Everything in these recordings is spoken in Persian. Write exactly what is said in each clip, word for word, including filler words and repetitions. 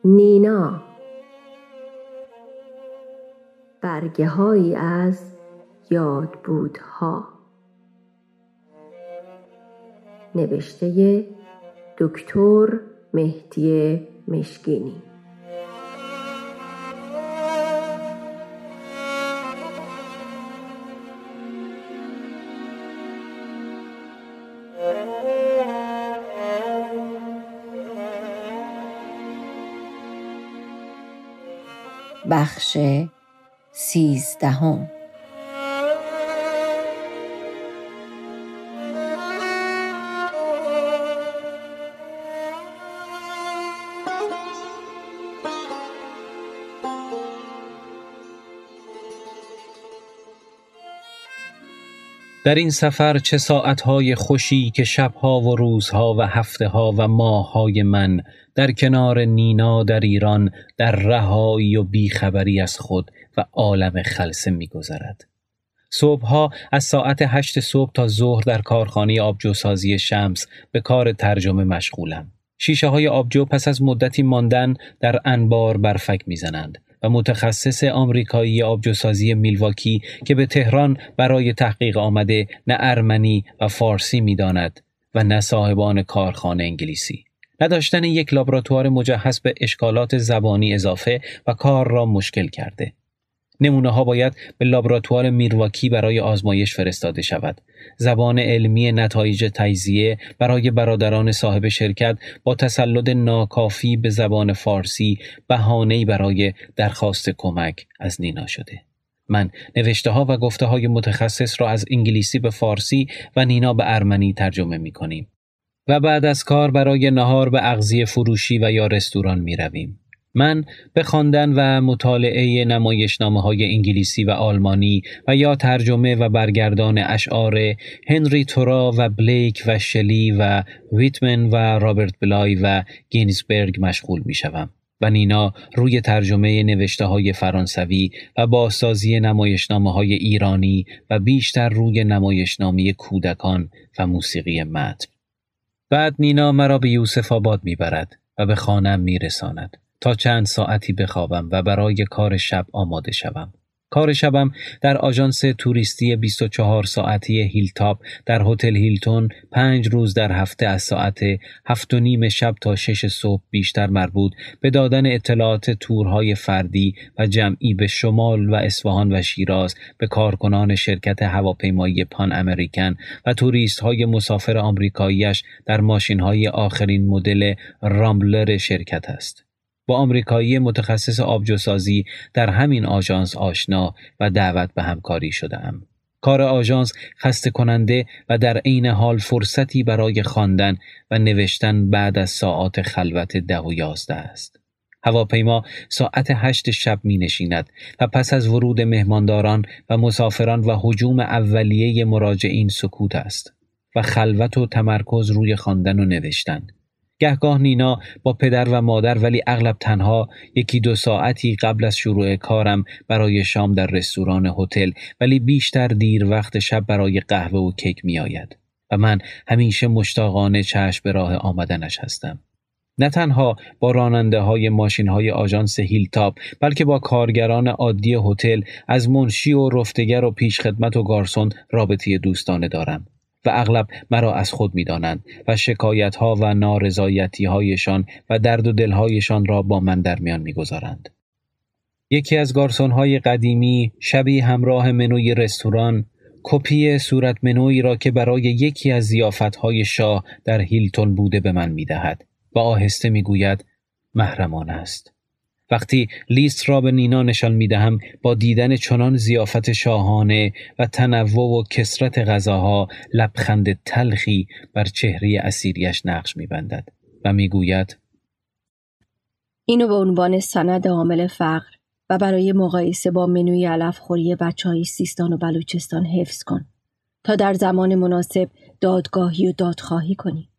نینا. برگه‌هایی از یادبودها. نوشته دکتر مهدی مشکینی. بخش سیزدهم. در این سفر چه ساعتهای خوشی که شبها و روزها و هفتهها و ماههای من در کنار نینا در ایران در رهایی و بیخبری از خود و عالم خلسه می گذرد. صبحها از ساعت هشت صبح تا ظهر در کارخانه آبجوسازی شمس به کار ترجمه مشغولم. شیشه های آبجو پس از مدتی ماندن در انبار برفک می زنند و متخصص آمریکایی آبجوسازی میلواکی که به تهران برای تحقیق آمده نه ارمنی و فارسی می داند و نه صاحبان کارخانه انگلیسی. نداشتن یک لابراتوار مجهز به اشکالات زبانی اضافه و کار را مشکل کرده. نمونه ها باید به لابراتوار میلواکی برای آزمایش فرستاده شود. زبان علمی نتایج تجزیه برای برادران صاحب شرکت با تسلط ناکافی به زبان فارسی بهانه‌ای برای درخواست کمک از نینا شده. من نوشته ها و گفته های متخصص را از انگلیسی به فارسی و نینا به ارمنی ترجمه می کنیم و بعد از کار برای نهار به اغذیه فروشی و یا رستوران می رویم. من به خواندن و مطالعه نمایشنامه‌های انگلیسی و آلمانی و یا ترجمه و برگردان اشعار هنری تورا و بلیک و شلی و ویتمن و رابرت بلای و گینزبرگ مشغول می‌شوم و نینا روی ترجمه نوشته‌های فرانسوی و بازسازی نمایشنامه‌های ایرانی و بیشتر روی نمایشنامه کودکان و موسیقی متن. بعد نینا مرا به یوسف آباد می‌برد و به خانه‌ام می‌رساند تا چند ساعتی بخوابم و برای کار شب آماده شوم. کار شبم در آژانس توریستی بیست و چهار ساعتی هیلتاپ در هتل هیلتون پنج روز در هفته از ساعت هفت و نیم شب تا شش صبح بیشتر مربوط به دادن اطلاعات تورهای فردی و جمعی به شمال و اصفهان و شیراز به کارکنان شرکت هواپیمایی پان امریکن و توریست های مسافر آمریکاییش در ماشین های آخرین مدل رامبلر شرکت است. با آمریکایی متخصص آبجوسازی در همین آژانس آشنا و دعوت به همکاری شده‌ام. کار آژانس خسته کننده و در عین حال فرصتی برای خواندن و نوشتن بعد از ساعات خلوت ده و یازده است. هواپیما ساعت هشت شب می نشیند و پس از ورود مهمانداران و مسافران و هجوم اولیه مراجعین سکوت است و خلوت و تمرکز روی خواندن و نوشتن. گهگاه نینا با پدر و مادر ولی اغلب تنها یکی دو ساعتی قبل از شروع کارم برای شام در رستوران هتل ولی بیشتر دیر وقت شب برای قهوه و کیک می آید و من همیشه مشتاقانه چشم به راه آمدنش هستم. نه تنها با راننده های ماشین های آژانس هیلتاپ بلکه با کارگران عادی هتل از منشی و رفتگر و پیشخدمت و گارسون رابطه دوستانه دارم و اغلب مرا از خود می دانند و شکایت ها و نارضایتی هایشان و درد و دل هایشان را با من در میان می گذارند. یکی از گارسون های قدیمی شبی همراه منوی رستوران کپی صورت منویی را که برای یکی از ضیافت های شاه در هیلتون بوده به من می دهد و آهسته می گوید محرمانه است. وقتی لیست را به نینا نشان می دهم با دیدن چنان ضیافت شاهانه و تنوع و کثرت غذاها لبخند تلخی بر چهره اسیریش نقش می بندد و می گوید اینو به عنوان سند عامل فقر و برای مقایسه با منوی علفخوری بچه‌های سیستان و بلوچستان حفظ کن تا در زمان مناسب دادگاهی و دادخواهی کنی.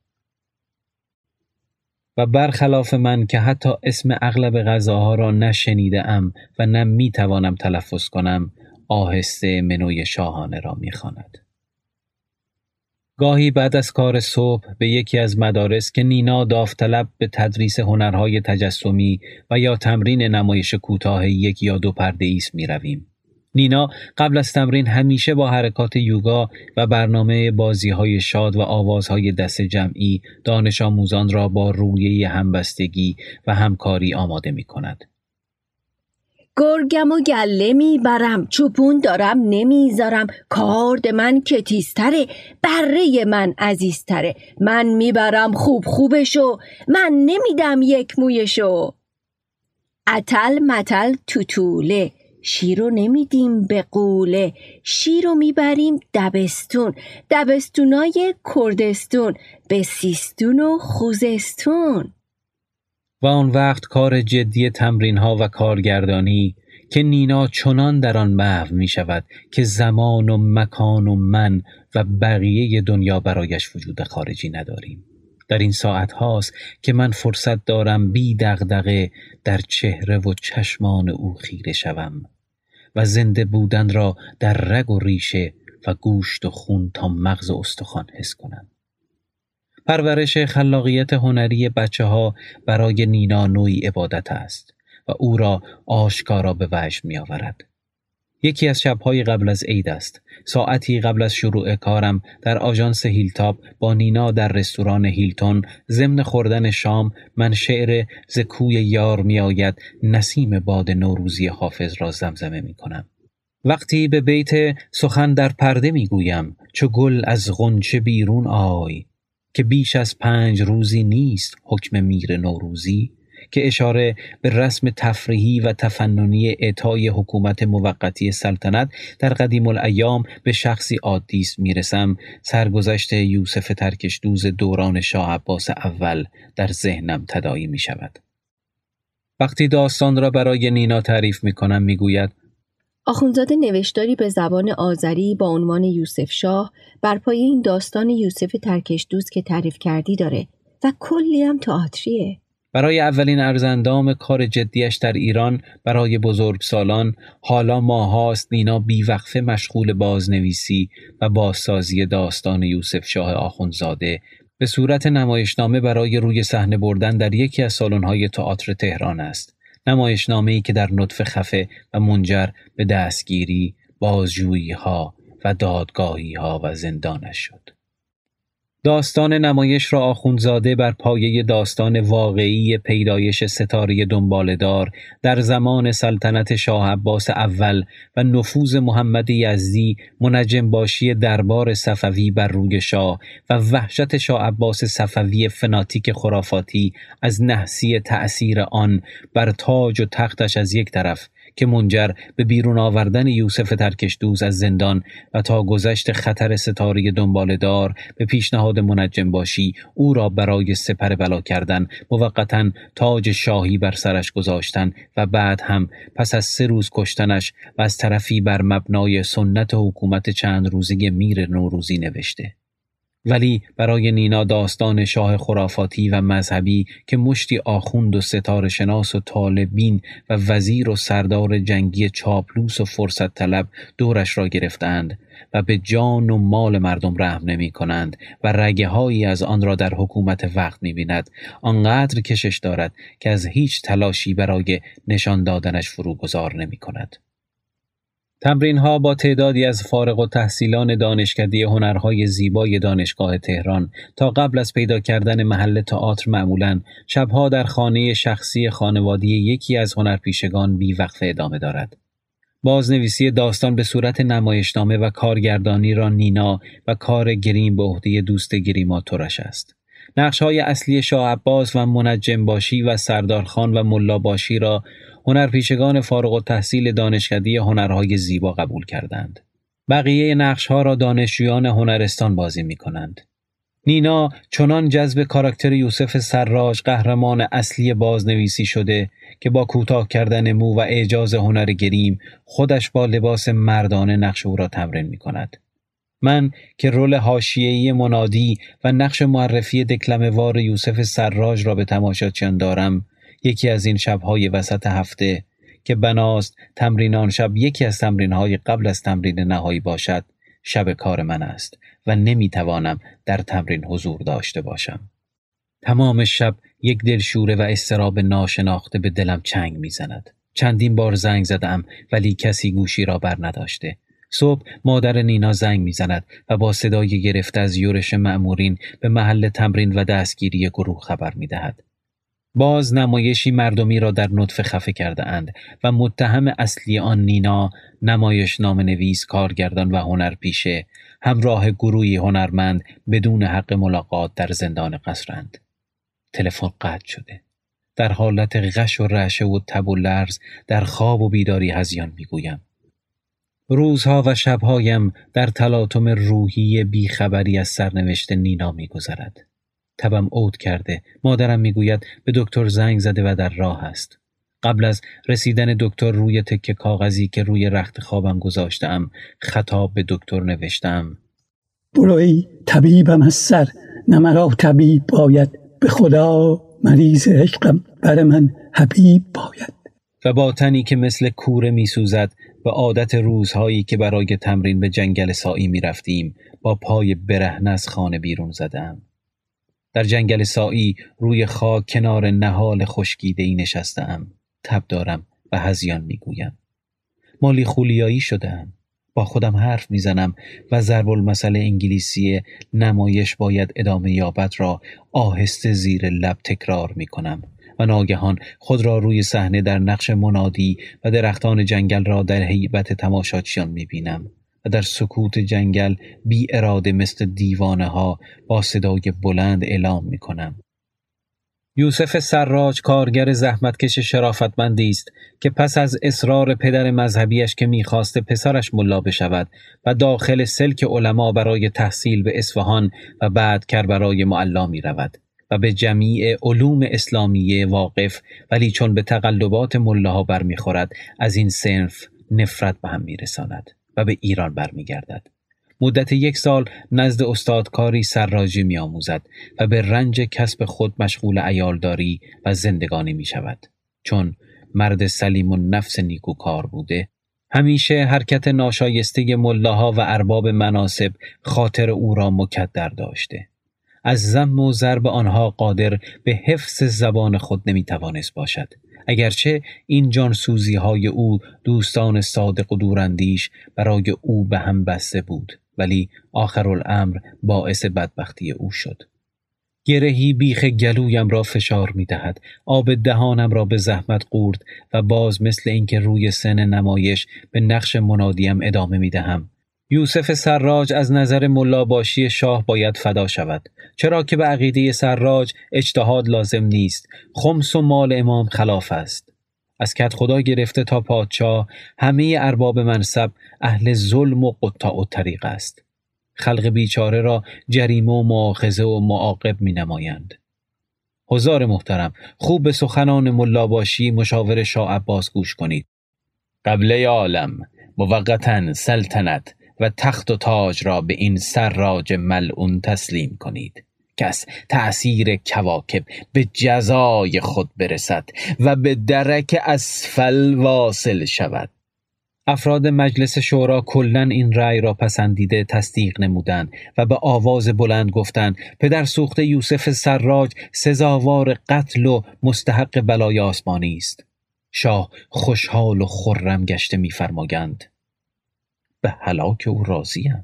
و برخلاف من که حتی اسم اغلب غذاها را نشنیده ام و نه می توانم تلفظ کنم، آهسته منوی شاهانه را می خواند. گاهی بعد از کار صبح به یکی از مدارس که نینا داوطلب به تدریس هنرهای تجسمی و یا تمرین نمایش کوتاه یک یا دو پرده است می رویم. نینا قبل از تمرین همیشه با حرکات یوگا و برنامه بازی‌های شاد و آوازهای دست جمعی دانش آموزان را با روحیه همبستگی و همکاری آماده می کند. گرگم و گله میبرم، چوپون دارم نمیذارم، کارد من که تیزتره، بره من عزیزتره، من میبرم خوب خوبشو، من نمیدم یک مویشو. اتل متل توتوله، شیرو نمیدیم به قوله، شیرو میبریم دبستون، دبستونای کردستون، به سیستون و خوزستون. و آن وقت کار جدی تمرین‌ها و کارگردانی که نینا چنان در آن محو می شود که زمان و مکان و من و بقیه دنیا برایش وجود خارجی نداریم. در این ساعت هاست که من فرصت دارم بی دغدغه در چهره و چشمان او خیره شوم و زنده بودن را در رگ و ریشه و گوشت و خون تا مغز استخوان حس کنم. پرورش خلاقیت هنری بچه ها برای نینا نوعی عبادت است و او را آشکارا به وجد می آورد. یکی از شب‌های قبل از عید است. ساعتی قبل از شروع کارم در آژانس هیلتاپ با نینا در رستوران هیلتون ضمن خوردن شام من شعر ز کوی یار می آید نسیم باد نوروزی حافظ را زمزمه می کنم. وقتی به بیت سخن در پرده می گویم چو گل از غنچه بیرون آی که بیش از پنج روزی نیست حکم میر نوروزی، که اشاره به رسم تفریحی و تفننی اعطای حکومت موقتی سلطنت در قدیم الایام به شخصی عادی است میرسم، سرگذشت یوسف ترکشدوز دوران شاه عباس اول در ذهنم تداعی می شود. وقتی داستان را برای نینا تعریف می کنم می گوید آخوندزاده نوشتاری به زبان آذری با عنوان یوسف شاه بر پایه این داستان یوسف ترکشدوز که تعریف کردی داره و کلی هم تئاتریه. برای اولین ارزاندام کار جدیش در ایران برای بزرگسالان حالا ماهاست نینا بیوقفه مشغول بازنویسی و بازسازی داستان یوسف شاه آخوندزاده به صورت نمایشنامه برای روی صحنه بردن در یکی از سالن‌های تئاتر تهران است. نمایشنامه‌ای که در نطف خفه و منجر به دستگیری، بازجویی‌ها و دادگاهی‌ها و زندانش شد. داستان نمایش را آخوندزاده بر پایه داستان واقعی پیدایش ستاره دنباله‌دار در زمان سلطنت شاه عباس اول و نفوذ محمد یزدی منجم باشی دربار صفوی بر روی شاه و وحشت شاه عباس صفوی فناتیک خرافاتی از نحسی تأثیر آن بر تاج و تختش از یک طرف که منجر به بیرون آوردن یوسف ترکشدوز از زندان و تا گذشت خطر ستاره دنباله‌دار به پیشنهاد منجم باشی او را برای سپر بلا کردن موقتاً تاج شاهی بر سرش گذاشتن و بعد هم پس از سه روز کشتنش و از طرفی بر مبنای سنت حکومت چند روزه میر نوروزی نوشته. ولی برای نینا داستان شاه خرافاتی و مذهبی که مشتی آخوند و ستاره شناس و طالبین و وزیر و سردار جنگی چاپلوس و فرصت طلب دورش را گرفتند و به جان و مال مردم رحم نمی کنند و رگه هایی از آن را در حکومت وقت می بیند، آنقدر کشش دارد که از هیچ تلاشی برای نشان دادنش فروگذار نمی کند. تمرین ها با تعدادی از فارغ التحصیلان دانشکده هنرهای زیبای دانشگاه تهران تا قبل از پیدا کردن محل تئاتر معمولاً شبها در خانه شخصی خانوادی یکی از هنرپیشگان بی‌وقفه ادامه دارد. بازنویسی داستان به صورت نمایشنامه و کارگردانی را نینا و کار گریم به عهده دوست گریما ترش است. نقش‌های اصلی شاه عباس و منجم باشی و سردارخان و ملا باشی را هنرپیشگان فارغ التحصیل دانشکده هنرهای زیبا قبول کردند. بقیه نقش‌ها را دانشجویان هنرستان بازی می‌کنند. نینا چنان جذب کاراکتر یوسف سراج قهرمان اصلی بازنویسی شده که با کوتاه کردن مو و اعجاز هنر گریم خودش با لباس مردانه نقش او را تمرین می‌کند. من که رول حاشیه‌ای منادی و نقش معرفی دکلمه‌وار یوسف سراج را به تماشاچیان دارم، یکی از این شب‌های وسط هفته که بناست تمرین آن شب یکی از تمرین‌های قبل از تمرین نهایی باشد، شب کار من است و نمیتوانم در تمرین حضور داشته باشم. تمام شب یک دلشوره و اضطراب ناشناخته به دلم چنگ میزند. چندین بار زنگ زدم ولی کسی گوشی را بر نداشته. صبح مادر نینا زنگ میزند و با صدای گرفته از یورش مأمورین به محل تمرین و دستگیری گروه خبر میدهد. باز نمایشی مردمی را در نطفه خفه کرده اند و متهم اصلی آن نینا، نمایش نام نویس، کارگردان و هنرپیشه، همراه گروهی هنرمند بدون حق ملاقات در زندان قصرند. تلفن قطع شده. در حالت غش و رعشه و تب و لرز در خواب و بیداری هذیان میگویم. روزها و شبهایم در تلاطم روحی بیخبری از سرنوشت نینا میگذرد. تبم عود کرده. مادرم میگوید به دکتر زنگ زده و در راه است. قبل از رسیدن دکتر روی تکه کاغذی که روی رخت خوابم گذاشتم خطاب به دکتر نوشتم: برو ای طبیبم از سر، نه مرا طبیب باید، به خدا مریض عشقم، بر من حبیب باید. و با تنی که مثل کوره می سوزد و عادت روزهایی که برای تمرین به جنگل سائی می رفتیم با پای برهنه از خانه بیرون زدم. در جنگل سائی روی خاک کنار نهال خشکیده‌ای نشستم. تب دارم و هذیان می گویم. مالی خولیایی شدم. با خودم حرف می زنم و ضرب المثل انگلیسی نمایش باید ادامه یابد را آهسته زیر لب تکرار می کنم و ناگهان خود را روی صحنه در نقش منادی و درختان جنگل را در هیبت تماشاچیان می بینم و در سکوت جنگل بی اراده مثل دیوانه ها با صدای بلند اعلام می کنم: یوسف سراج کارگر زحمتکش شرافتمندی است که پس از اصرار پدر مذهبیش که می‌خواست پسرش ملا بشود و داخل سلک علما برای تحصیل به اصفهان و بعد کربلای معلا می‌رود و به جمیع علوم اسلامیه واقف، ولی چون به تقلبات ملاها برمیخورد از این صنف نفرت به هم میرساند و به ایران برمیگردد. مدت یک سال نزد استادکاری سراجی می آموزد و به رنج کسب خود مشغول عیالداری و زندگانی می شود. چون مرد سلیم و نفس نیکوکار بوده، همیشه حرکت ناشایسته ملاها و ارباب مناصب خاطر او را مکدر داشته. از ذم و ضرب آنها قادر به حفظ زبان خود نمی توانست باشد. اگرچه این جانسوزی های او دوستان صادق و دوراندیش برای او به هم بسته بود، ولی آخرالامر باعث بدبختی او شد. گرهی بیخ گلویم را فشار می دهد، آب دهانم را به زحمت قورت و باز مثل اینکه روی سن نمایش به نقش منادیم ادامه می دهم. یوسف سراج از نظر ملاباشی شاه باید فدا شود، چرا که به عقیده سراج اجتهاد لازم نیست. خمس و مال امام خلاف است. از کدخدا گرفته تا پادشاه همه ارباب منصب اهل ظلم و قطاع الطریق است. خلق بیچاره را جریمه و مؤاخذه و معاقب می نمایند. حضار محترم، خوب به سخنان ملاباشی مشاور شاه عباس گوش کنید. قبله عالم موقتاً سلطنت و تخت و تاج را به این سراج ملعون تسلیم کنید که از تأثیر کواکب به جزای خود برسد و به درک اسفل واصل شود. افراد مجلس شورا کلاً این رأی را پسندیده تصدیق نمودند و به آواز بلند گفتند پدر سوخته یوسف سراج سزاوار قتل و مستحق بلای آسمانی است. شاه خوشحال و خرم گشته می‌فرمایند به هلاک او راضیم.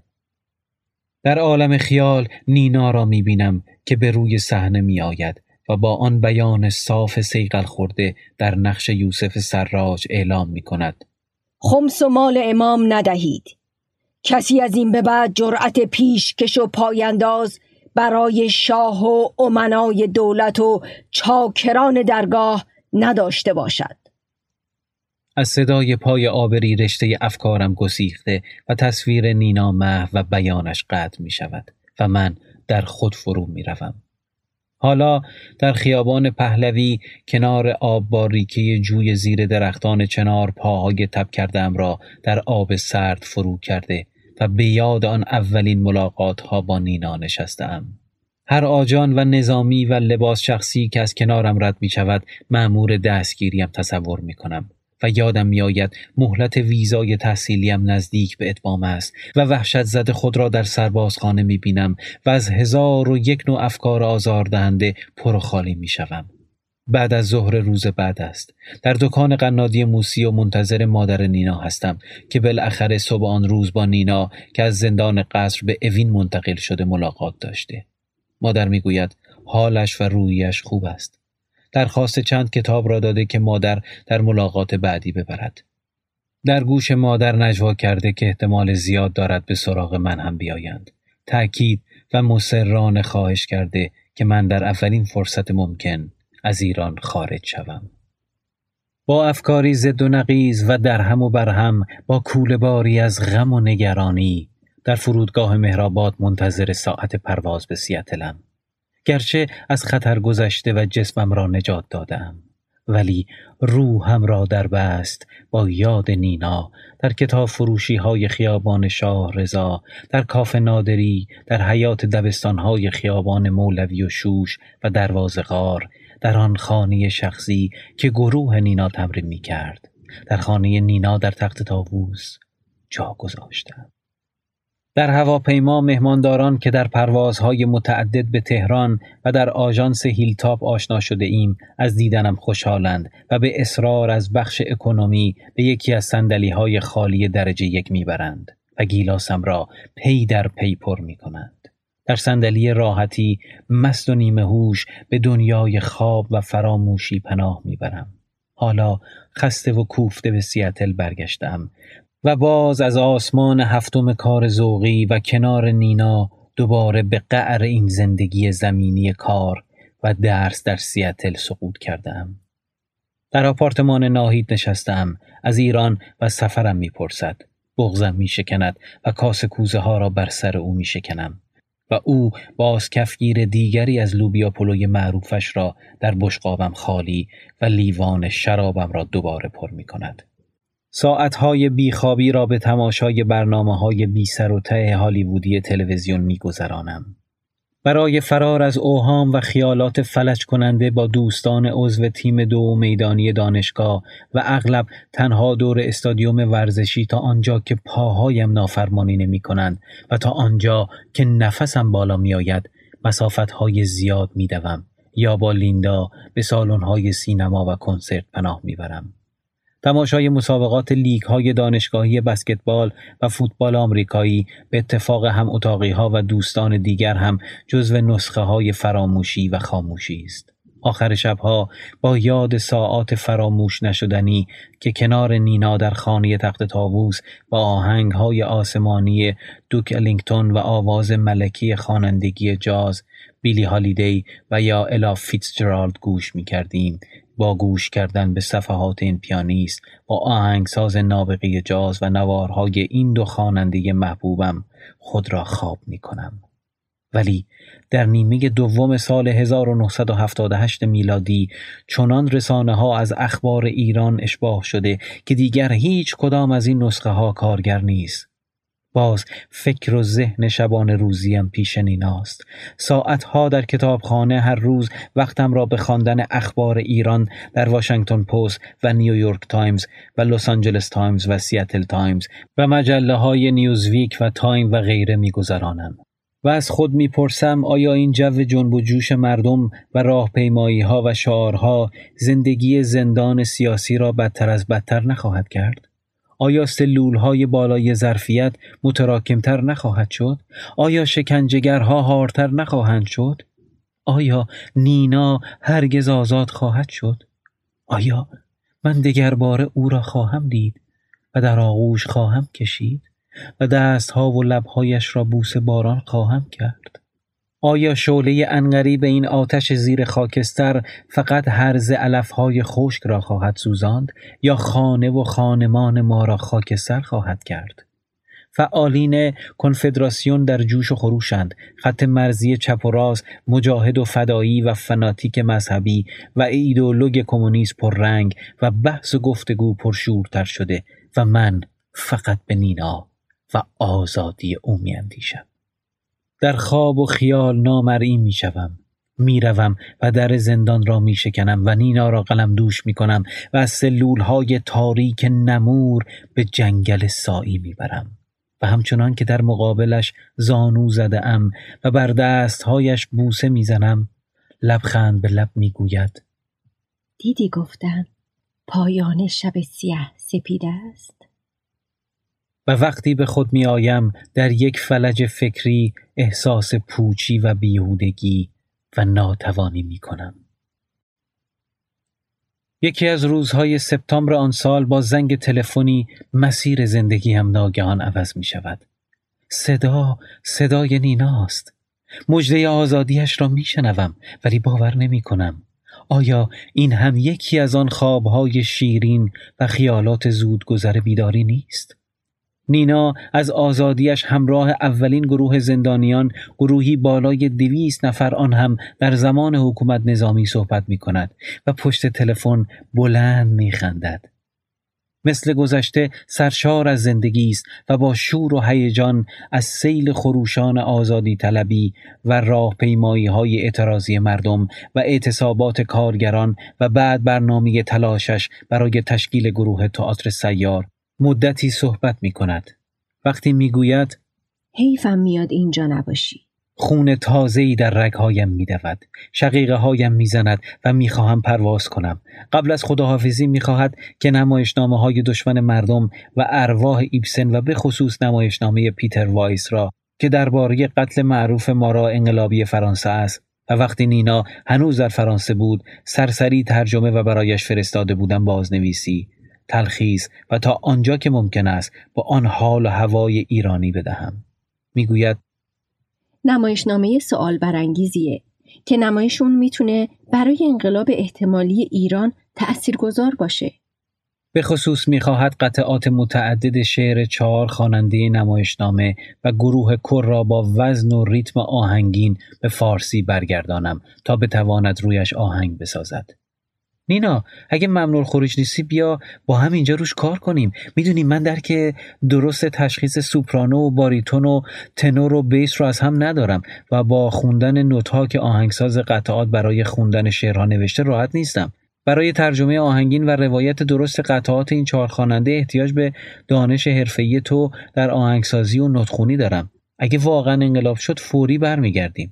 در عالم خیال نینا را می‌بینم که به روی صحنه می‌آید و با آن بیان صاف صیقل خورده در نقش یوسف سراج اعلام می‌کند: خمس و مال امام ندهید. کسی از این به بعد جرأت پیشکش و پاینداز برای شاه و امنای دولت و چاکران درگاه نداشته باشد. از صدای پای آبری رشته افکارم گسیخته و تصویر نینا محو و بیانش قطع می شود و من در خود فرو می روم. حالا در خیابان پهلوی کنار آب باریکه جوی زیر درختان چنار پاهای تب کردم را در آب سرد فرو کرده و به یاد آن اولین ملاقات ها با نینا نشستم. هر آجان و نظامی و لباس شخصی که از کنارم رد می شود مأمور دستگیریم تصور می کنم و یادم میآید مهلت ویزای تحصیلیم نزدیک به اتمام است و وحشت زده خود را در سربازخانه میبینم و از هزار و یک نوع افکار آزاردهنده پر و خالی میشوم. بعد از ظهر روز بعد است. در دکان قنادی موسی و منتظر مادر نینا هستم که بالاخره صبح آن روز با نینا که از زندان قصر به اوین منتقل شده ملاقات داشته. مادر میگوید حالش و رویش خوب است. درخواست چند کتاب را داده که مادر در ملاقات بعدی ببرد. در گوش مادر نجوا کرده که احتمال زیاد دارد به سراغ من هم بیایند. تأکید و مصرانه خواهش کرده که من در اولین فرصت ممکن از ایران خارج شوم. با افکاری ضد و نقیض و درهم و برهم، با کوله باری از غم و نگرانی در فرودگاه مهرآباد منتظر ساعت پرواز به سیاتلم. گرچه از خطر گذشته و جسمم را نجات دادم، ولی روحم را در بست با یاد نینا در کتاب فروشی های خیابان شاه رضا، در کاف نادری، در حیات دبستان های خیابان مولوی و شوش و دروازه غار، در آن خانه شخصی که گروه نینا تمرین می کرد، در خانه نینا در تخت طاووس جا گذاشتم. در هواپیما مهمانداران که در پروازهای متعدد به تهران و در آژانس هیلتاپ آشنا شده ایم از دیدنم خوشحالند و به اصرار از بخش اکونومی به یکی از صندلی‌های خالی درجه یک میبرند و گیلاسم را پی در پی پر میکنند. در صندلی راحتی مست و نیمه هوش به دنیای خواب و فراموشی پناه میبرم. حالا خسته و کوفته به سیاتل برگشتم و باز از آسمان هفتم کار ذوقی و کنار نینا دوباره به قعر این زندگی زمینی کار و درس در سیاتل سقوط کردم. در آپارتمان ناهید نشستم، از ایران و سفرم میپرسد. بغضم میشکند و کاسه کوزه ها را بر سر او میشکنم و او باز کفگیر دیگری از لوبیا پلوی معروفش را در بشقابم خالی و لیوان شرابم را دوباره پر میکند. ساعتهای بیخوابی را به تماشای برنامه‌های بی سر و ته هالیوودی تلویزیون می‌گذرانم. برای فرار از اوهام و خیالات فلج کننده با دوستان عضو تیم دو میدانی دانشگاه و اغلب تنها دور استادیوم ورزشی تا آنجا که پاهایم نافرمانی نمی‌کنند و تا آنجا که نفسم بالا می‌آید مسافت‌های زیاد می‌دوم یا با لیندا به سالن‌های سینما و کنسرت پناه می‌برم. تماشای مسابقات لیگ‌های دانشگاهی بسکتبال و فوتبال آمریکایی به اتفاق هم اتاقی‌ها و دوستان دیگر هم جزو نسخه‌های فراموشی و خاموشی است. آخر شب‌ها با یاد ساعات فراموش نشدنی که کنار نینا در خانه تخت طاووس با آهنگ‌های آسمانی دوک الینگتون و آواز ملکی خوانندگی جاز بیلی هالیدی و یا الا فیتزجرالد گوش می‌کردیم. با گوش کردن به صفحات این پیانیست با آهنگساز نابغه جاز و نوارهای این دو خواننده محبوبم خود را خواب می کنم. ولی در نیمه دوم سال هزار و نهصد و هفتاد و هشت میلادی چنان رسانه ها از اخبار ایران اشباع شده که دیگر هیچ کدام از این نسخه ها کارگر نیست. باز فکر و ذهن شبانه روزیم پیش نیناست. ساعتها در کتابخانه هر روز وقتم را به خواندن اخبار ایران در واشنگتن پست و نیویورک تایمز و لس آنجلس تایمز و سیاتل تایمز و مجله های نیوزویک و تایم و غیره می‌گذرانم. و از خود میپرسم آیا این جو جنب و جوش مردم و راهپیمایی ها و شعارها زندگی زندان سیاسی را بدتر از بدتر نخواهد کرد؟ آیا سلولهای بالای ظرفیت متراکمتر نخواهد شد؟ آیا شکنجهگرها هارتر نخواهند شد؟ آیا نینا هرگز آزاد خواهد شد؟ آیا من دگر باره او را خواهم دید و در آغوش خواهم کشید و دستها و لبهایش را بوسه باران خواهم کرد؟ آیا شعله عنقریب این آتش زیر خاکستر فقط هرز علفهای خشک را خواهد سوزاند یا خانه و خانمان ما را خاکستر خواهد کرد؟ فعالین کنفدراسیون در جوش و خروشند، خط مرزی چپ و راست، مجاهد و فدایی و فناتیک مذهبی و ایدئولوگ کمونیست پررنگ و بحث و گفتگو پرشورتر شده و من فقط به نینا و آزادی او می‌اندیشم. در خواب و خیال نامرئی می شوم. میروم و در زندان را میشکنم و نینا را قلم دوش میکنم و از سلولهای تاریک نمور به جنگل سایی میبرم و همچنان که در مقابلش زانو زده ام و بر دستهایش بوسه میزنم، لبخند به لب میگوید: دیدی گفتن پایان شب سیاه سپید است. و وقتی به خود می آیم در یک فلج فکری احساس پوچی و بیهودگی و ناتوانی می کنم. یکی از روزهای سپتامبر آن سال با زنگ تلفنی مسیر زندگی هم ناگهان عوض می شود. صدا صدای نیناست. مژده آزادیش را می شنوم ولی باور نمی کنم. آیا این هم یکی از آن خوابهای شیرین و خیالات زودگذر بیداری نیست؟ نینا از آزادیش همراه اولین گروه زندانیان، گروهی بالای دویست نفر، آن هم در زمان حکومت نظامی صحبت می کند و پشت تلفن بلند می خندد. مثل گذشته سرشار از زندگی است و با شور و هیجان از سیل خروشان آزادی طلبی و راهپیمایی های اعتراضی مردم و اعتصابات کارگران و بعد برنامه تلاشش برای تشکیل گروه تئاتر سیار مدتی صحبت می کند. وقتی می گوید حیفم میاد اینجا نباشی. خون تازه‌ای در رگهایم می دود. شقیقه هایم می زند و می خواهم پرواز کنم. قبل از خداحافظی می خواهد که نمایشنامه های دشمن مردم و ارواح ایبسن و به خصوص نمایشنامه پیتر وایس را که درباره قتل معروف مارا انقلابی فرانسه است و وقتی نینا هنوز در فرانسه بود سرسری ترجمه و برایش فرستاده بودم بازنویسی، تلخیص و تا آنجا که ممکن است با آن حال و هوای ایرانی بدهم. میگوید نمایشنامه سوال برانگیزیه که نمایشون میتونه برای انقلاب احتمالی ایران تأثیرگذار باشه. به خصوص میخواهد قطعات متعدد شعر چهار خواننده نمایشنامه و گروه کر را با وزن و ریتم آهنگین به فارسی برگردانم تا بتواند رویش آهنگ بسازد. نینا، اگه ممنوع خروج نیستی بیا با هم اینجا روش کار کنیم. میدونی من درک درست تشخیص سوپرانو و باریتون و تنور و بیس رو از هم ندارم و با خوندن نوت‌ها که آهنگساز قطعات برای خوندن شعرها نوشته راحت نیستم. برای ترجمه آهنگین و روایت درست قطعات این چهار خواننده احتیاج به دانش حرفه‌ای تو در آهنگسازی و نطخونی دارم. اگه واقعا انقلاب شد فوری برمیگردیم.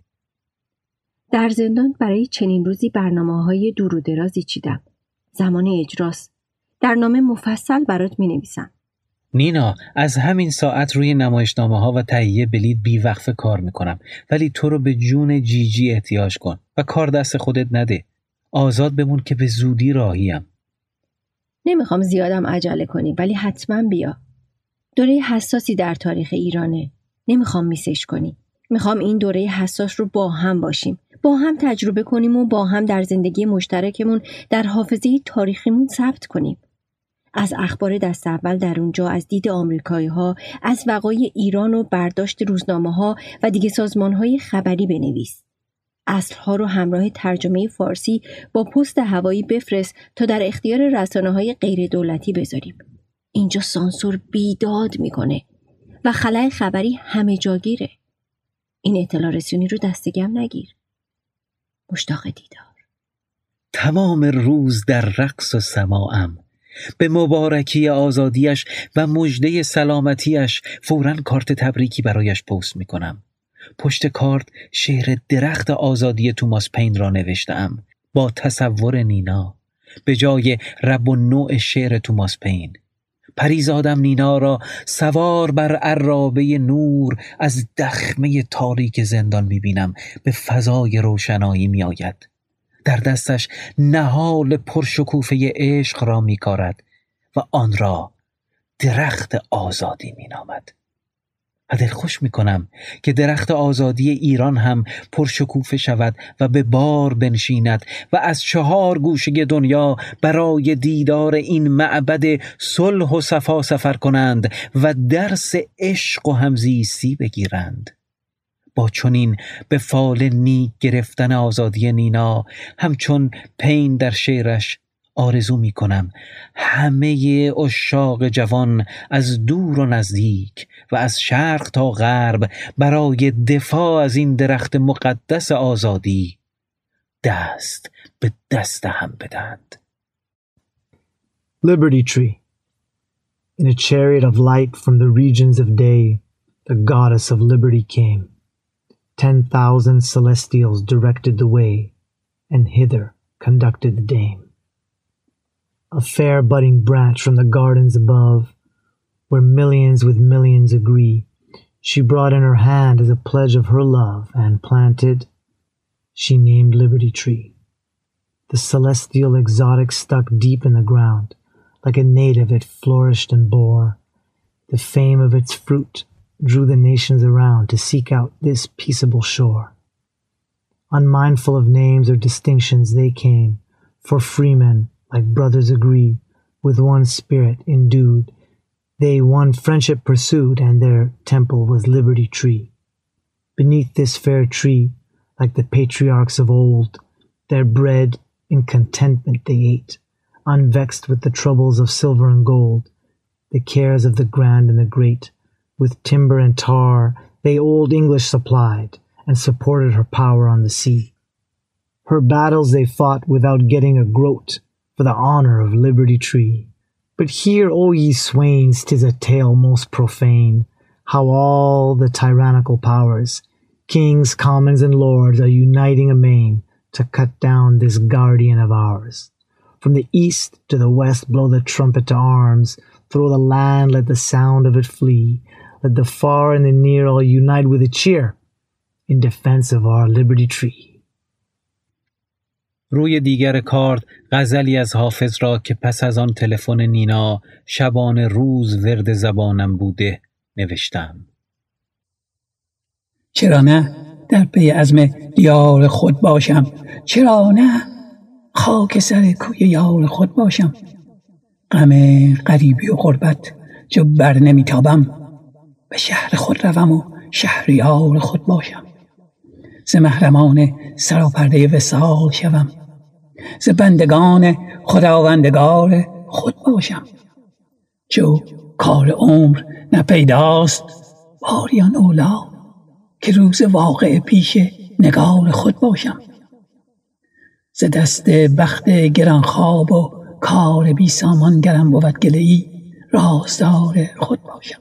در زندان برای چنین روزی برنامه‌های دور و درازی چیدم. زمان اجراست. در نامه مفصل برات می‌نویسم. نینا، از همین ساعت روی نمایشنامه‌ها و تهیه بلیط بی‌وقفه کار می‌کنم، ولی تو رو به جون جیجی احتیاج کن و کار دست خودت نده. آزاد بمون که به زودی راهیم. نمیخوام زیادم عجله کنی ولی حتما بیا. دوره حساسی در تاریخ ایرانه. نمیخوام میسش کنی. میخوام این دوره حساس رو با هم باشیم. با هم تجربه کنیم و با هم در زندگی مشترکمون در حافظه تاریخیمون ثبت کنیم. از اخبار دست اول در اونجا، از دید آمریکایی‌ها، از وقایع ایران و برداشت روزنامه‌ها و دیگه سازمان‌های خبری بنویس. اصل‌ها رو همراه ترجمه فارسی با پست هوایی بفرست تا در اختیار رسانه‌های غیر دولتی بذاریم. اینجا سانسور بیداد میکنه و خلأ خبری همه جاگیره. این اطلاع رسونی رو دستگم نگیر. مشتاق دیدار. تمام روز در رقص و سماعم. به مبارکی آزادیش و مژده سلامتیش فوراً کارت تبریکی برایش پست میکنم. پشت کارت شعر درخت آزادی توماس پین را نوشتم با تصور نینا به جای رب و نوع شعر توماس پین. پریزادم نینا را سوار بر عرابه نور از دخمه تاریک زندان میبینم به فضای روشنایی میآید. در دستش نهال پرشکوفه عشق را میکارد و آن را درخت آزادی مینامد. و دلخوش میکنم که درخت آزادی ایران هم پرشکوفه شود و به بار بنشیند و از چهار گوشه دنیا برای دیدار این معبد صلح و صفا سفر کنند و درس عشق و همزیستی بگیرند. با چنین به فال نیک گرفتن آزادی نینا، همچون پین در شعرش، آرزو می کنم همه عشاق جوان از دور و نزدیک و از شرق تا غرب برای دفاع از این درخت مقدس آزادی دست به دست هم بدهند. Liberty Tree. In a chariot of light from the regions of day, the goddess of liberty came. Ten thousand celestials directed the way, and hither conducted the dame. A fair budding branch from the gardens above, where millions with millions agree, she brought in her hand as a pledge of her love, and planted, she named Liberty Tree. The celestial exotic stuck deep in the ground. Like a native it flourished and bore. The fame of its fruit drew the nations around to seek out this peaceable shore. Unmindful of names or distinctions they came, for freemen, like brothers agree, with one spirit endued. They one friendship pursued, and their temple was Liberty Tree. Beneath this fair tree, like the patriarchs of old, their bread in contentment they ate, unvexed with the troubles of silver and gold, the cares of the grand and the great. With timber and tar they old English supplied, and supported her power on the sea. Her battles they fought without getting a groat, for the honor of Liberty Tree. But hear, O ye swains, 'tis a tale most profane, how all the tyrannical powers, kings, commons, and lords, are uniting amain to cut down this guardian of ours. From the east to the west blow the trumpet to arms, through the land let the sound of it flee, let the far and the near all unite with a cheer in defense of our Liberty Tree. روی دیگر کارد غزلی از حافظ را که پس از آن تلفن نینا شبانه روز ورد زبانم بوده نوشتم. چرا نه در پی عزم یار خود باشم، چرا نه خاک سر کوی یار خود باشم. غم غریبی و غربت جو بر نمیتابم، به شهر خود روم و شهریار خود باشم. ز محرمان سراپرده وصال شوم، ز بندگان خداوندگار خود باشم. جو کار عمر نه پیداست باریان اولا، که روز واقع پیش نگار خود باشم. ز دست بخت گرانخواب و کار بی سامان گرم بود گله‌ای، رازدار خود باشم.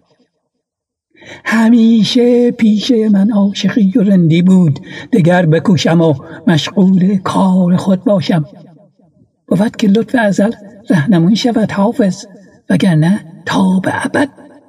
همیشه پیش من عاشقی و رندی بود، دگر بکوشم و مشغول کار خود باشم. بود که لطف ازل رهنمون شود حافظ، وگرنه تا به ابد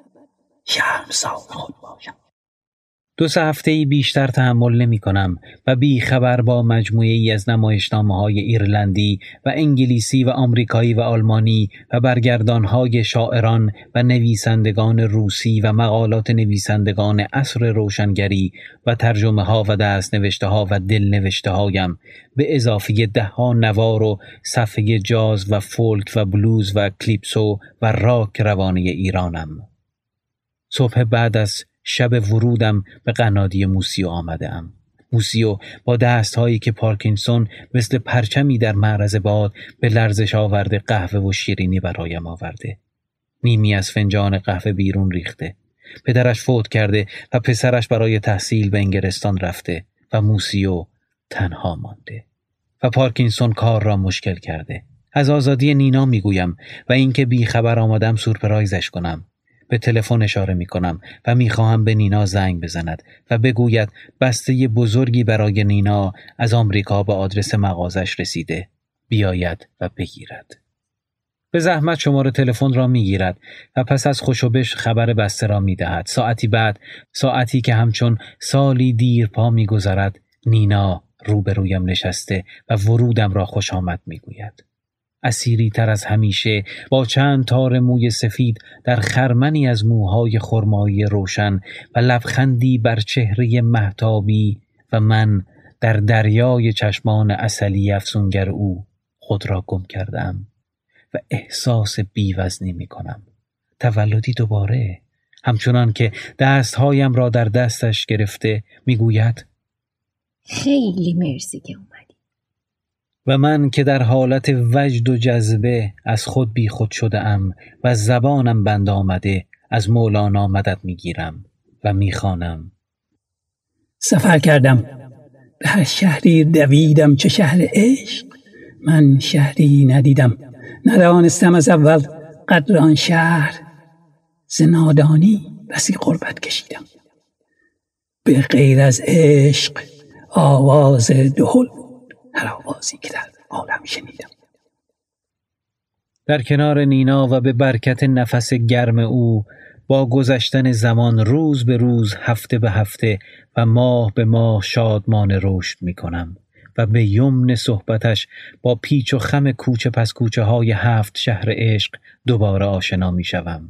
شرمسار خود باشم. دو سه هفته‌ای بیشتر تحمل نمی کنم و بی خبر با مجموعه ای از نمایشنامه‌های ایرلندی و انگلیسی و آمریکایی و آلمانی و برگردان‌های شاعران و نویسندگان روسی و مقالات نویسندگان عصر روشنگری و ترجمه‌ها و دست‌نوشته‌ها و دل‌نوشته‌هایم به اضافه ده‌ها نوار و صفحه جاز و فولک و بلوز و کلیپسو و راک روانه ایرانم. صبح بعد از شب ورودم به قنادی موسیو آمدم. موسیو با دستهایی که پارکینسون مثل پرچمی در معرض باد به لرزش آورده قهوه و شیرینی برایم آورده. نیمی از فنجان قهوه بیرون ریخته. پدرش فوت کرده و پسرش برای تحصیل به انگلستان رفته و موسیو تنها مانده. و پارکینسون کار را مشکل کرده. از آزادی نینا میگویم و اینکه بی خبر آمدم سورپرایزش کنم. به تلفن اشاره می کنم و می خواهم به نینا زنگ بزند و بگوید بسته بزرگی برای نینا از آمریکا به آدرس مغازش رسیده، بیاید و بگیرد. به زحمت شماره تلفن را می گیرد و پس از خوشوبش خبر بسته را می دهد. ساعتی بعد، ساعتی که همچون سالی دیر پا می گذرد، نینا روبرویم نشسته و ورودم را خوش آمد می گوید. اسیری تر از همیشه با چند تار موی سفید در خرمنی از موهای خرمایی روشن و لبخندی بر چهره مهتابی و من در دریای چشمان عسلی افسونگر او خود را گم کردم و احساس بی‌وزنی می کنم. تولدی دوباره، همچنان که دستهایم را در دستش گرفته می گوید خیلی مرسی که اومدی. و من که در حالت وجد و جذبه از خود بی خود شده ام و زبانم بند آمده از مولانا مدد می گیرم و می خوانم. سفر کردم به هر شهری دویدم چه شهر عشق، من شهری ندیدم، ندانستم از اول قدر آن شهر، ز نادانی بسی غربت کشیدم، به غیر از عشق آواز دهل بود هر آوازی که در عالم شنیدم. در کنار نینا و به برکت نفس گرم او با گذشتن زمان روز به روز، هفته به هفته و ماه به ماه شادمان رشد می کنم و به یمن صحبتش با پیچ و خم کوچه پس کوچه های هفت شهر عشق دوباره آشنا می شوم.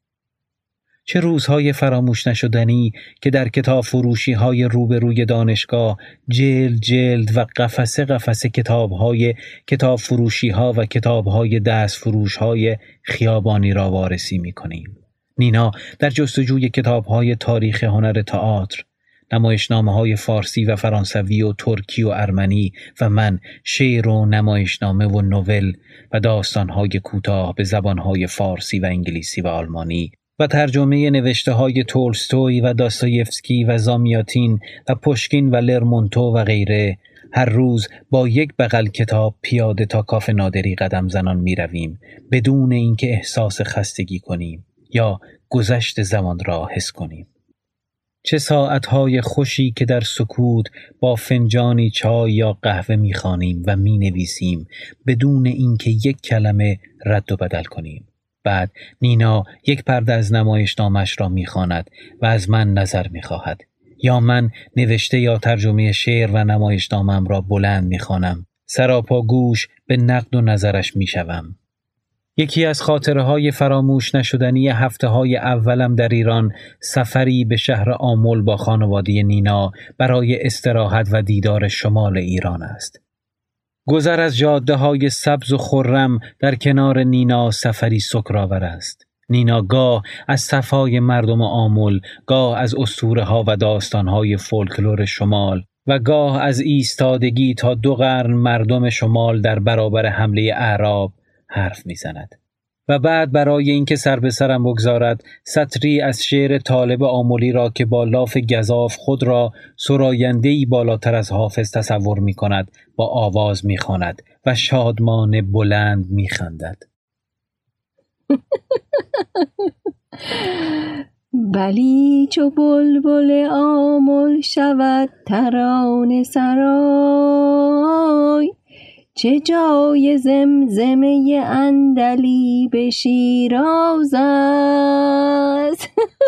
چه روزهای فراموش نشدنی که در کتاب فروشی های روبروی دانشگاه جلد جلد و قفسه قفسه کتاب های کتاب فروشی ها و کتاب های دست فروش های خیابانی را وارسی می کنیم. نینا در جستجوی کتاب های تاریخ هنر تئاتر، نمایشنامه های فارسی و فرانسوی و ترکی و ارمنی و من شعر و نمایشنامه و نوول و داستان های کوتاه به زبان های فارسی و انگلیسی و آلمانی و ترجمه نوشته های تولستوی و داستایفسکی و زامیاتین و پوشکین و لرمونتو و غیره. هر روز با یک بغل کتاب پیاده تا کاف نادری قدم زنان می رویم بدون اینکه احساس خستگی کنیم یا گذشت زمان را حس کنیم. چه ساعتهای خوشی که در سکوت با فنجانی چای یا قهوه می خوانیم و می نویسیم بدون اینکه یک کلمه رد و بدل کنیم. بعد نینا یک پرده از نمایشنامش را می‌خواند و از من نظر می‌خواهد، یا من نوشته یا ترجمه شعر و نمایشنامه‌ام را بلند می‌خوانم، سراپا گوش به نقد و نظرش می‌شوم. یکی از خاطره‌های فراموش نشدنی هفته‌های اولم در ایران سفری به شهر آمل با خانواده نینا برای استراحت و دیدار شمال ایران است. گذر از جاده‌های سبز و خرم در کنار نینا سفری سکرآور است. نینا گاه از صفای مردم آمل، گاه از اسطوره‌ها و داستان‌های فولکلور شمال و گاه از ایستادگی تا دو قرن مردم شمال در برابر حمله اعراب حرف می‌زند. و بعد برای اینکه سر به سرم بگذارد سطری از شعر طالب آملی را که با لاف گزاف خود را سراینده‌ای بالاتر از حافظ تصور می کند با آواز می خواند و شادمان بلند می خندد. بلی چو بلبل آمل شود ترانه سرای، چه جای زمزمه عندلیب شیراز است.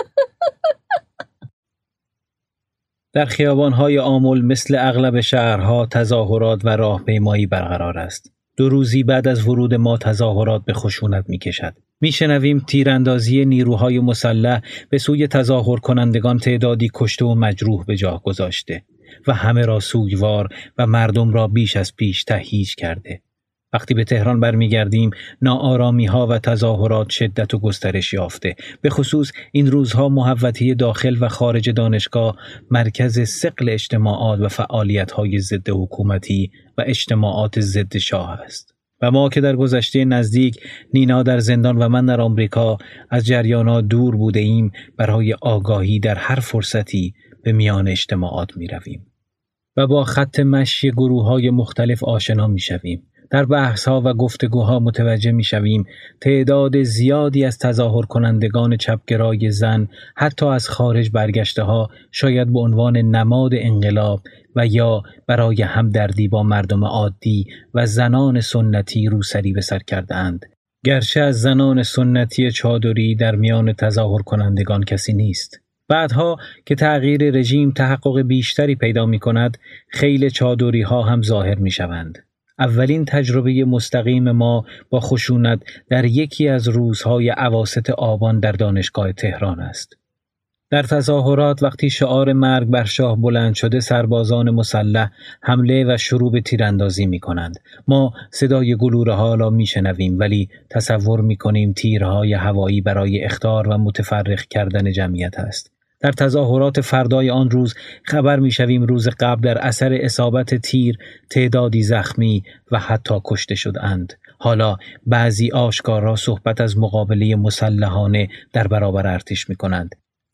در خیابان‌های آمل مثل اغلب شهرها تظاهرات و راهپیمایی برقرار است. دو روزی بعد از ورود ما تظاهرات به خشونت می‌کشد. می‌شنویم تیراندازی نیروهای مسلح به سوی تظاهر کنندگان تعدادی کشته و مجروح به جا گذاشته و همه را سوگوار و مردم را بیش از پیش تهییج کرده. وقتی به تهران برمیگردیم ناآرامی‌ها و تظاهرات شدت و گسترش یافته. به خصوص این روزها محوطه داخل و خارج دانشگاه مرکز ثقل اجتماعات و فعالیت‌های ضد حکومتی و اجتماعات ضد شاه است. و ما که در گذشته نزدیک نینا در زندان و من در آمریکا از جریانات دور بوده ایم، برای آگاهی در هر فرصتی به میان اجتماعات می رویم و با خط مشی گروه‌های مختلف آشنا می شویم. در بحث‌ها و گفتگوها متوجه می‌شویم تعداد زیادی از تظاهر کنندگان چپگرای زن حتی از خارج برگشته‌ها شاید به عنوان نماد انقلاب و یا برای همدردی با مردم عادی و زنان سنتی روسری به سر کرده‌اند. گرچه از زنان سنتی چادری در میان تظاهر کنندگان کسی نیست. بعدها که تغییر رژیم تحقق بیشتری پیدا می‌کند، خیل چادری‌ها هم ظاهر می‌شوند. اولین تجربه مستقیم ما با خشونت در یکی از روزهای اواسط آبان در دانشگاه تهران است. در تظاهرات وقتی شعار مرگ بر شاه بلند شده، سربازان مسلح حمله و شروع به تیراندازی می کنند. ما صدای گلوله ها را می شنویم، ولی تصور می کنیم تیرهای هوایی برای اخطار و متفرق کردن جمعیت است. در تظاهرات فردای آن روز خبر می‌شویم روز قبل در اثر اصابت تیر تعدادی زخمی و حتی کشته شدند. حالا بعضی آشکارا صحبت از مقابله مسلحانه در برابر ارتش می‌کنند.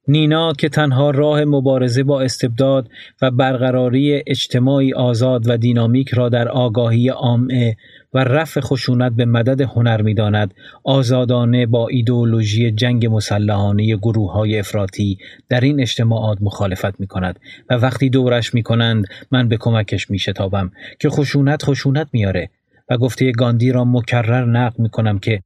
نینا که تنها راه مبارزه با استبداد و برقراری اجتماعی آزاد و دینامیک را در آگاهی عامه و رفع خشونت به مدد هنر می‌داند، آزادانه با ایدئولوژی جنگ مسلحانه گروه‌های افراطی در این اجتماعات مخالفت می‌کند و وقتی دورش می‌کنند من به کمکش می‌شتابم که خشونت خشونت میاره و گفته گاندی را مکرر نقل می‌کنم که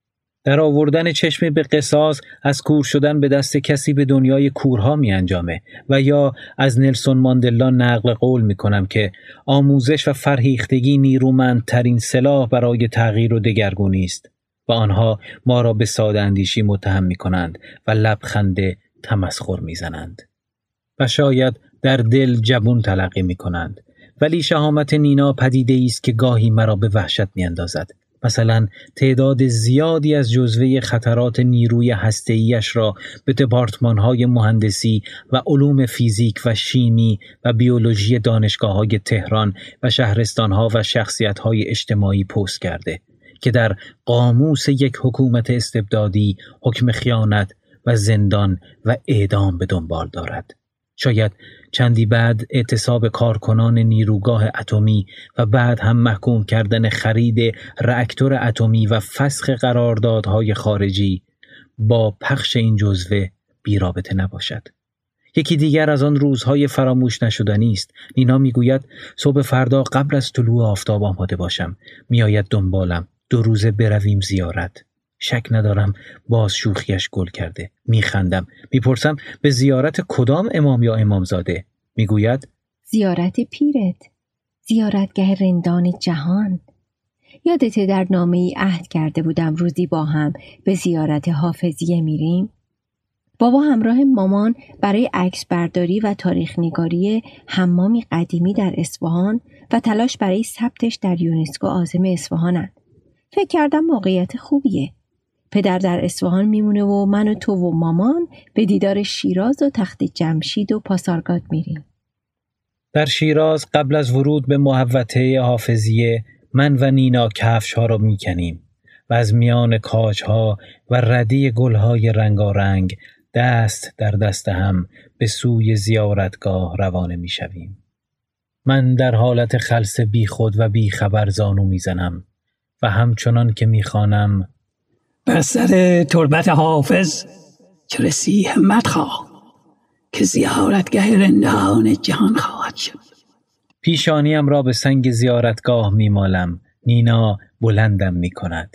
در آوردن چشم به قصاص از کور شدن به دست کسی به دنیای کورها می انجامه و یا از نلسون ماندلا نقل قول می کنم که آموزش و فرهیختگی نیرومندترین سلاح برای تغییر و دگرگونی است و آنها ما را به ساده اندیشی متهم می کنند و لبخند تمسخر می زنند و شاید در دل جبون تلقی می کنند. ولی شهامت نینا پدیده است که گاهی مرا به وحشت می اندازد. مثلا تعداد زیادی از جزوه خطرات نیروی هسته‌ایش را به دپارتمان‌های مهندسی و علوم فیزیک و شیمی و بیولوژی دانشگاه‌های تهران و شهرستان‌ها و شخصیت‌های اجتماعی پست کرده که در قاموس یک حکومت استبدادی حکم خیانت و زندان و اعدام به دنبال دارد. شاید چندی بعد اعتصاب کارکنان نیروگاه اتمی و بعد هم محکوم کردن خرید راکتور اتمی و فسخ قراردادهای خارجی با پخش این جزوه بی رابطه نباشد. یکی دیگر از آن روزهای فراموش نشدنی است. نینا میگوید صبح فردا قبل از طلوع آفتاب آماده باشم. میآید دنبالم. دو روزه برویم زیارت. شک ندارم باز شوخیش گل کرده. میخندم. میپرسم به زیارت کدام امام یا امامزاده؟ میگوید زیارت پیرت، زیارتگاه رندان جهان. یادته در نامه ای عهد کرده بودم روزی با هم به زیارت حافظیه میریم؟ بابا همراه مامان برای عکس برداری و تاریخ نگاری حمامی قدیمی در اصفهان و تلاش برای ثبتش در یونسکو عازم اصفهانند. فکر کردم موقعیت خوبیه. پدر در اصفهان میمونه و من و تو و مامان به دیدار شیراز و تخت جمشید و پاسارگاد میریم. در شیراز قبل از ورود به محوطه حافظیه من و نینا کفش ها را میکنیم و از میان کاج ها و رده گل های رنگارنگ دست در دست هم به سوی زیارتگاه روانه میشویم. من در حالت خلس بی خود و بی خبر زانو میزنم و همچنان که میخوانم بر سر تربت حافظ چه رسی همت خواه که زیارتگاه رندان جهان خواهد شد. پیشانیم را به سنگ زیارتگاه میمالم. نینا بلندم میکند.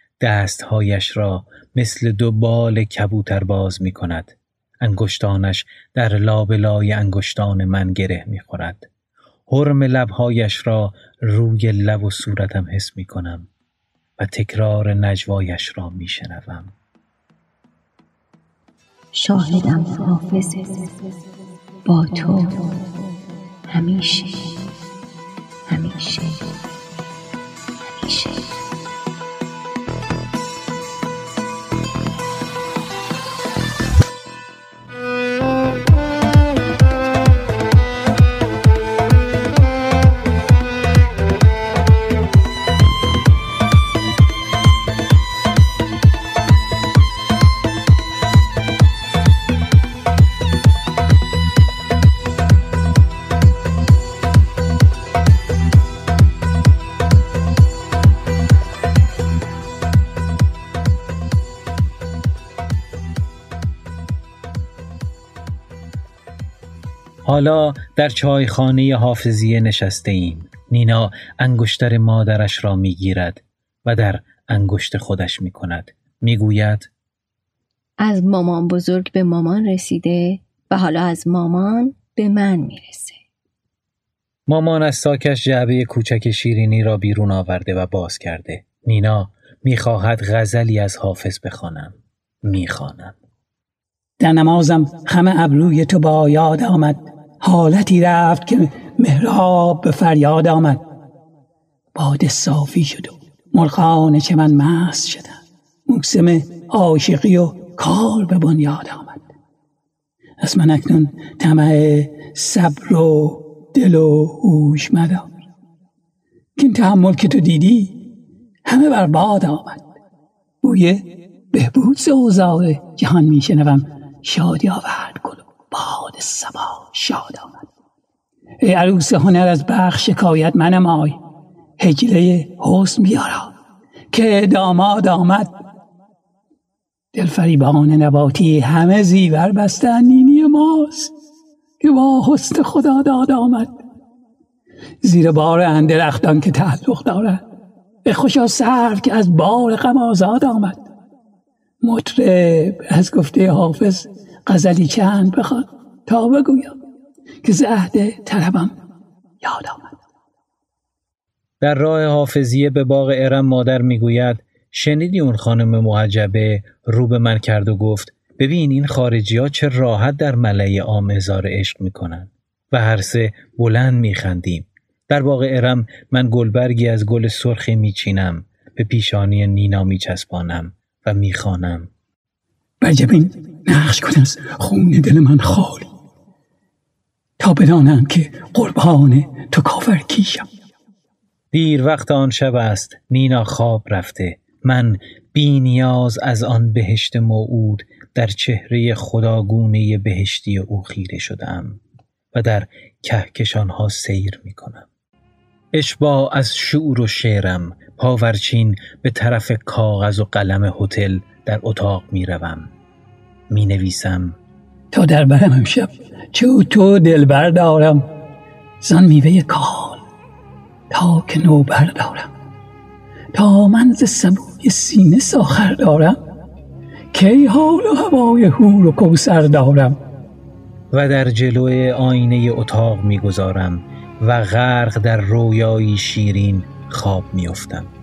دستهایش را مثل دو بال کبوتر باز میکند. انگشتانش در لابلای انگشتان من گره میخورد. حرم لبهایش را روی لب و صورتم حس میکنم و تکرار نجوایش را میشنوم. شاهدم حافظ با تو همیشه همیشه همیشه. حالا در چایخانه حافظیه نشسته ایم. نینا انگشتر مادرش را میگیرد و در انگشت خودش میکند. میگوید از مامان بزرگ به مامان رسیده و حالا از مامان به من میرسه. مامان از ساکش جعبه کوچک شیرینی را بیرون آورده و باز کرده. نینا میخواهد غزلی از حافظ بخوانم. میخوانم. در نمازم خم ابروی تو با یاد آمد، حالتی رفت که محراب به فریاد آمد. باد صافی شد و مرغان چمن مست شدن، موسم عاشقی و کار به بنیاد آمد. از من اکنون طمع صبر و دل و هوش مدار، که این تحمل که تو دیدی همه برباد آمد. بوی بهبود اوضاع جهان میشنوم شادی آورد گل و باد صبا شاد آمد. ای عروس هنر از بخش شکایت منم آی، هجله حسن بیارا که داماد آمد. دلفریبان نباتی همه زیور بستن، نینی ماست که با حسن خدا داد آمد. زیر بار اندرختان که تعلق دارد، به خوشا سرو که از بار غم آزاد آمد. مطرب از گفته حافظ غزلی چند بخواد تا بگویم که ز عهد طربم یاد آمد. در راه حافظیه به باغ ارم مادر میگوید شنیدی اون خانم محجبه رو به من کرد و گفت ببین این خارجی ها چه راحت در ملأ عام اظهار عشق میکنن و هر سه بلند میخندیم. در باغ ارم من گلبرگی از گل سرخی میچینم، به پیشانی نینا میچسبانم و میخوانم بر جبین نقش کن از خون دل من خالی، تا بدانم که قربان تو کافر کیشم. دیر وقت آن شب است، نینا خواب رفته، من بی نیاز از آن بهشت موعود در چهره خداگونه بهشتی او خیره شدم و در کهکشانها سیر می کنم. اشباع از شعور و شعرم پاورچین به طرف کاغذ و قلم هتل در اتاق می روم. می نویسم تا در برم امشب چو تو دلبر دارم، زن میوه کال تا که نوبر دارم. تا من ز سبوی سینه ساخر دارم، کی حال و هوای حور و کوثر دارم. و در جلوی آینه اتاق میگذارم و غرق در رویایی شیرین خواب میافتم.